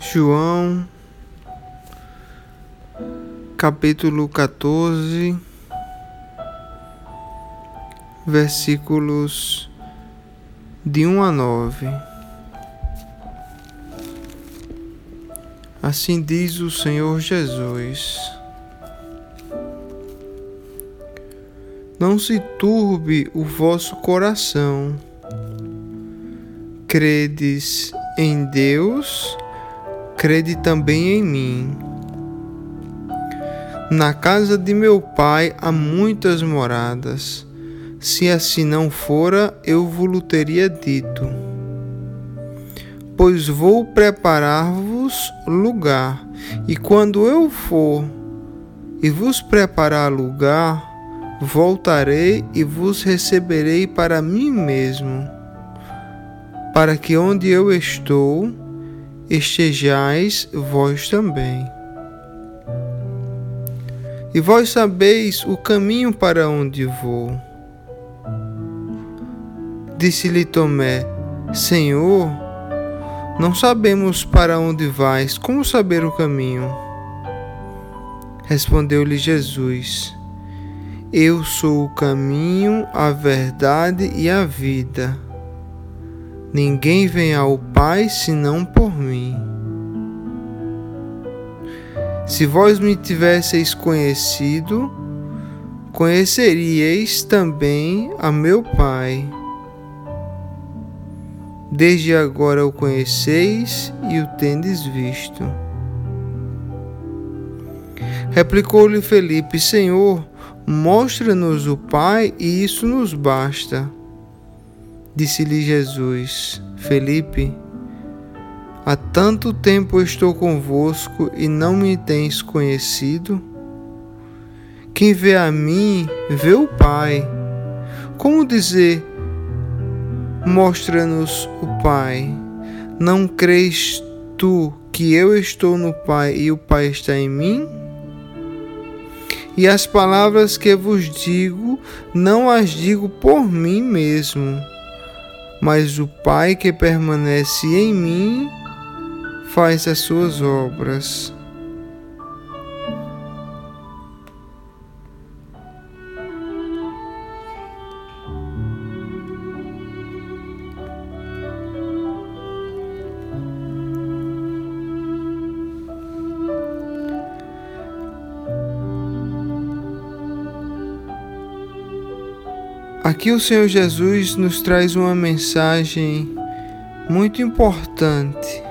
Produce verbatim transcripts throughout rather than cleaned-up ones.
João, capítulo quatorze, versículos de um a nove. Assim diz o Senhor Jesus: Não se turbe o vosso coração. Credes em Deus, crede também em mim. Na casa de meu Pai há muitas moradas. Se assim não fora, eu vos teria dito. Pois vou preparar-vos lugar, e quando eu for e vos preparar lugar, voltarei e vos receberei para mim mesmo, para que onde eu estou, estejais vós também. E vós sabeis o caminho para onde vou. Disse-lhe Tomé: Senhor, não sabemos para onde vais, como saber o caminho? Respondeu-lhe Jesus: Eu sou o caminho, a verdade e a vida. Ninguém vem ao Pai senão por mim. Se vós me tivesseis conhecido, conheceríeis também a meu Pai. Desde agora o conheceis e o tendes visto. Replicou-lhe Felipe: Senhor, mostra-nos o Pai e isso nos basta. Disse-lhe Jesus: Felipe, há tanto tempo estou convosco e não me tens conhecido? Quem vê a mim, vê o Pai. Como dizer: mostra-nos o Pai? Não crês tu que eu estou no Pai e o Pai está em mim? E as palavras que vos digo, não as digo por mim mesmo, mas o Pai que permanece em mim faz as suas obras. Aqui o Senhor Jesus nos traz uma mensagem muito importante.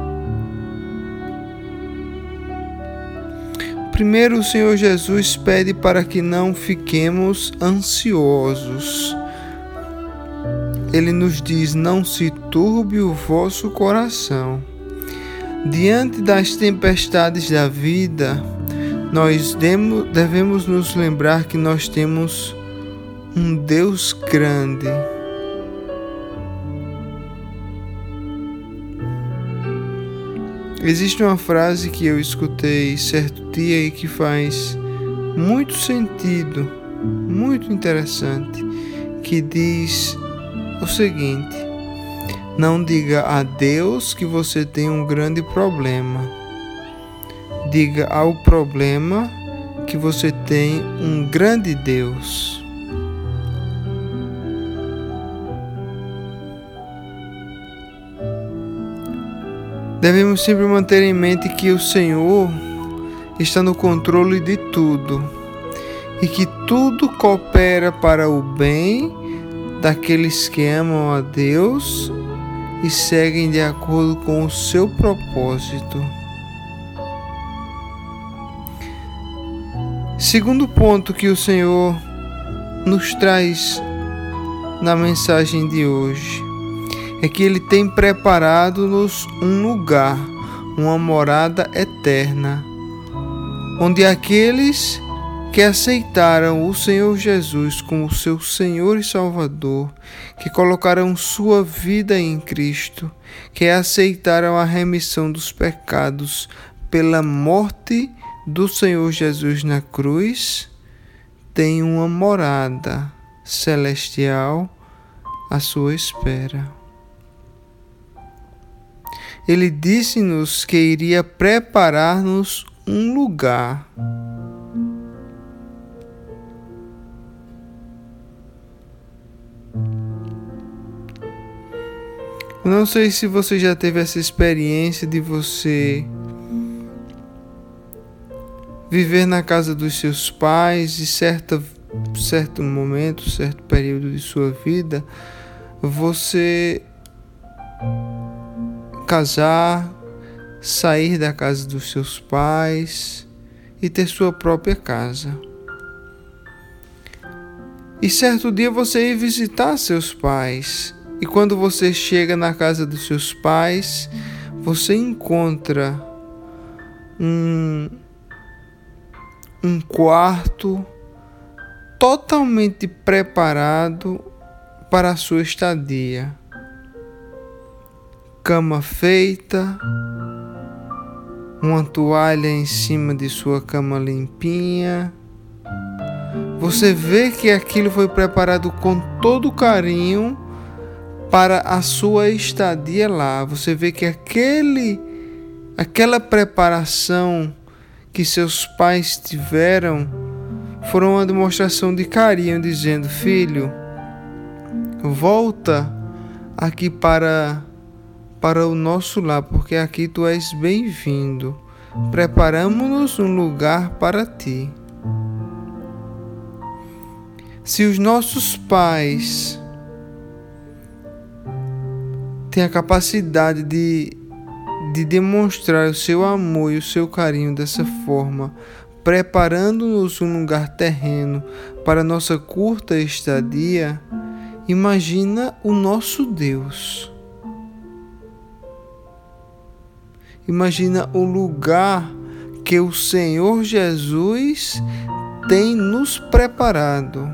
Primeiro, o Senhor Jesus pede para que não fiquemos ansiosos. Ele nos diz: não se turbe o vosso coração. Diante das tempestades da vida, nós devemos nos lembrar que nós temos um Deus grande. Existe uma frase que eu escutei certo dia e que faz muito sentido, muito interessante, que diz o seguinte: não diga a Deus que você tem um grande problema. Diga ao problema que você tem um grande Deus. Devemos sempre manter em mente que o Senhor está no controle de tudo e que tudo coopera para o bem daqueles que amam a Deus e seguem de acordo com o seu propósito. Segundo ponto que o Senhor nos traz na mensagem de hoje é que Ele tem preparado-nos um lugar, uma morada eterna, onde aqueles que aceitaram o Senhor Jesus como seu Senhor e Salvador, que colocaram sua vida em Cristo, que aceitaram a remissão dos pecados pela morte do Senhor Jesus na cruz, têm uma morada celestial à sua espera. Ele disse-nos que iria preparar-nos um lugar. Eu não sei se você já teve essa experiência de você viver na casa dos seus pais e certa, certo momento, certo período de sua vida, você casar, sair da casa dos seus pais e ter sua própria casa. E certo dia você ir visitar seus pais. E quando você chega na casa dos seus pais, você encontra um, um quarto totalmente preparado para a sua estadia. Cama feita, uma toalha em cima de sua cama limpinha. Você vê que aquilo foi preparado com todo carinho para a sua estadia lá. Você vê que aquele, aquela preparação que seus pais tiveram foram uma demonstração de carinho, dizendo: filho, volta aqui para, para o nosso lar, porque aqui tu és bem-vindo. Preparamos-nos um lugar para ti. Se os nossos pais têm a capacidade de, de demonstrar o seu amor e o seu carinho dessa forma, preparando-nos um lugar terreno para nossa curta estadia, imagina o nosso Deus. Imagina o lugar que o Senhor Jesus tem nos preparado.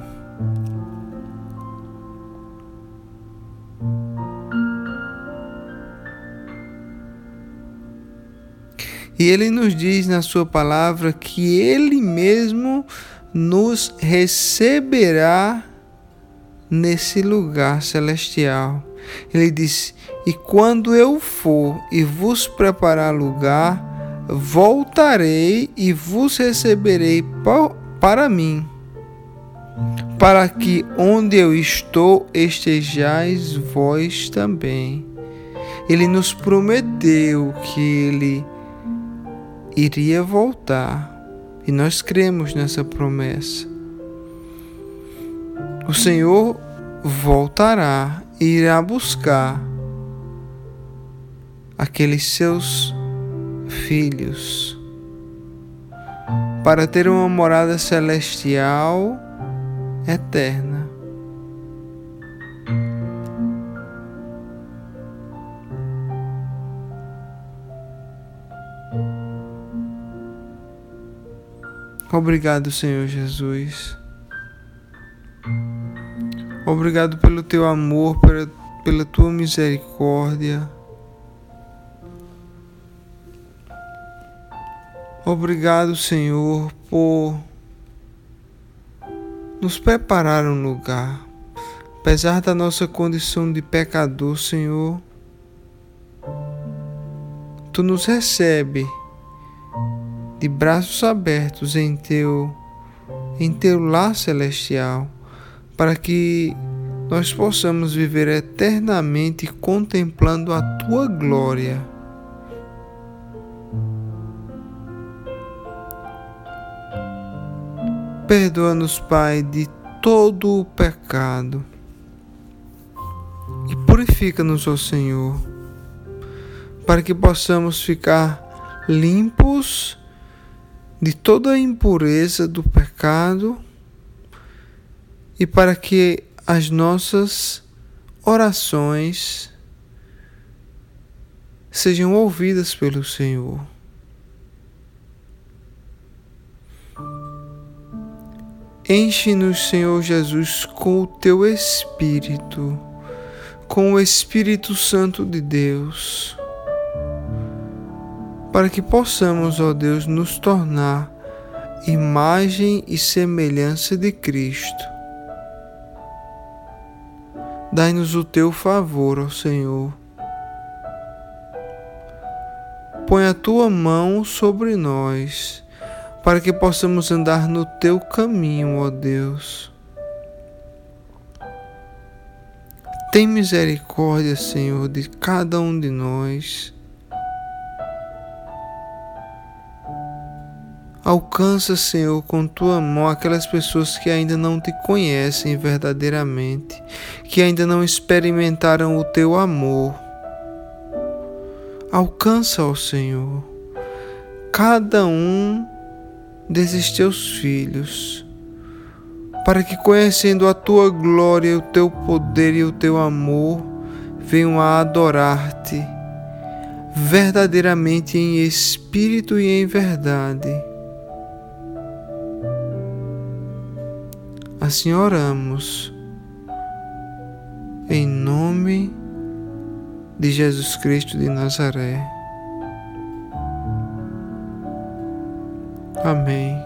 E Ele nos diz na sua palavra que Ele mesmo nos receberá nesse lugar celestial. Ele diz: e quando eu for e vos preparar lugar, voltarei e vos receberei para mim, para que onde eu estou estejais vós também. Ele nos prometeu que Ele iria voltar, e nós cremos nessa promessa. O Senhor voltará e irá buscar aqueles seus filhos para ter uma morada celestial eterna. Obrigado, Senhor Jesus. Obrigado pelo teu amor, pela, pela tua misericórdia. Obrigado, Senhor, por nos preparar um lugar. Apesar da nossa condição de pecador, Senhor, Tu nos recebe de braços abertos em teu, em teu lar celestial, para que nós possamos viver eternamente contemplando a tua glória. Perdoa-nos, Pai, de todo o pecado e purifica-nos, ó Senhor, para que possamos ficar limpos de toda a impureza do pecado e para que as nossas orações sejam ouvidas pelo Senhor. Enche-nos, Senhor Jesus, com o Teu Espírito, com o Espírito Santo de Deus, para que possamos, ó Deus, nos tornar imagem e semelhança de Cristo. Dai-nos o Teu favor, ó Senhor. põe a tua mão sobre nós, para que possamos andar no teu caminho, ó Deus. Tem misericórdia, Senhor, de cada um de nós. Alcança, Senhor, com tua mão aquelas pessoas que ainda não te conhecem verdadeiramente, que ainda não experimentaram o teu amor. Alcança, ó Senhor, cada um desses teus filhos, para que, conhecendo a tua glória, o teu poder e o teu amor, venham a adorar-te verdadeiramente em espírito e em verdade. Assim oramos, em nome de Jesus Cristo de Nazaré. Amém.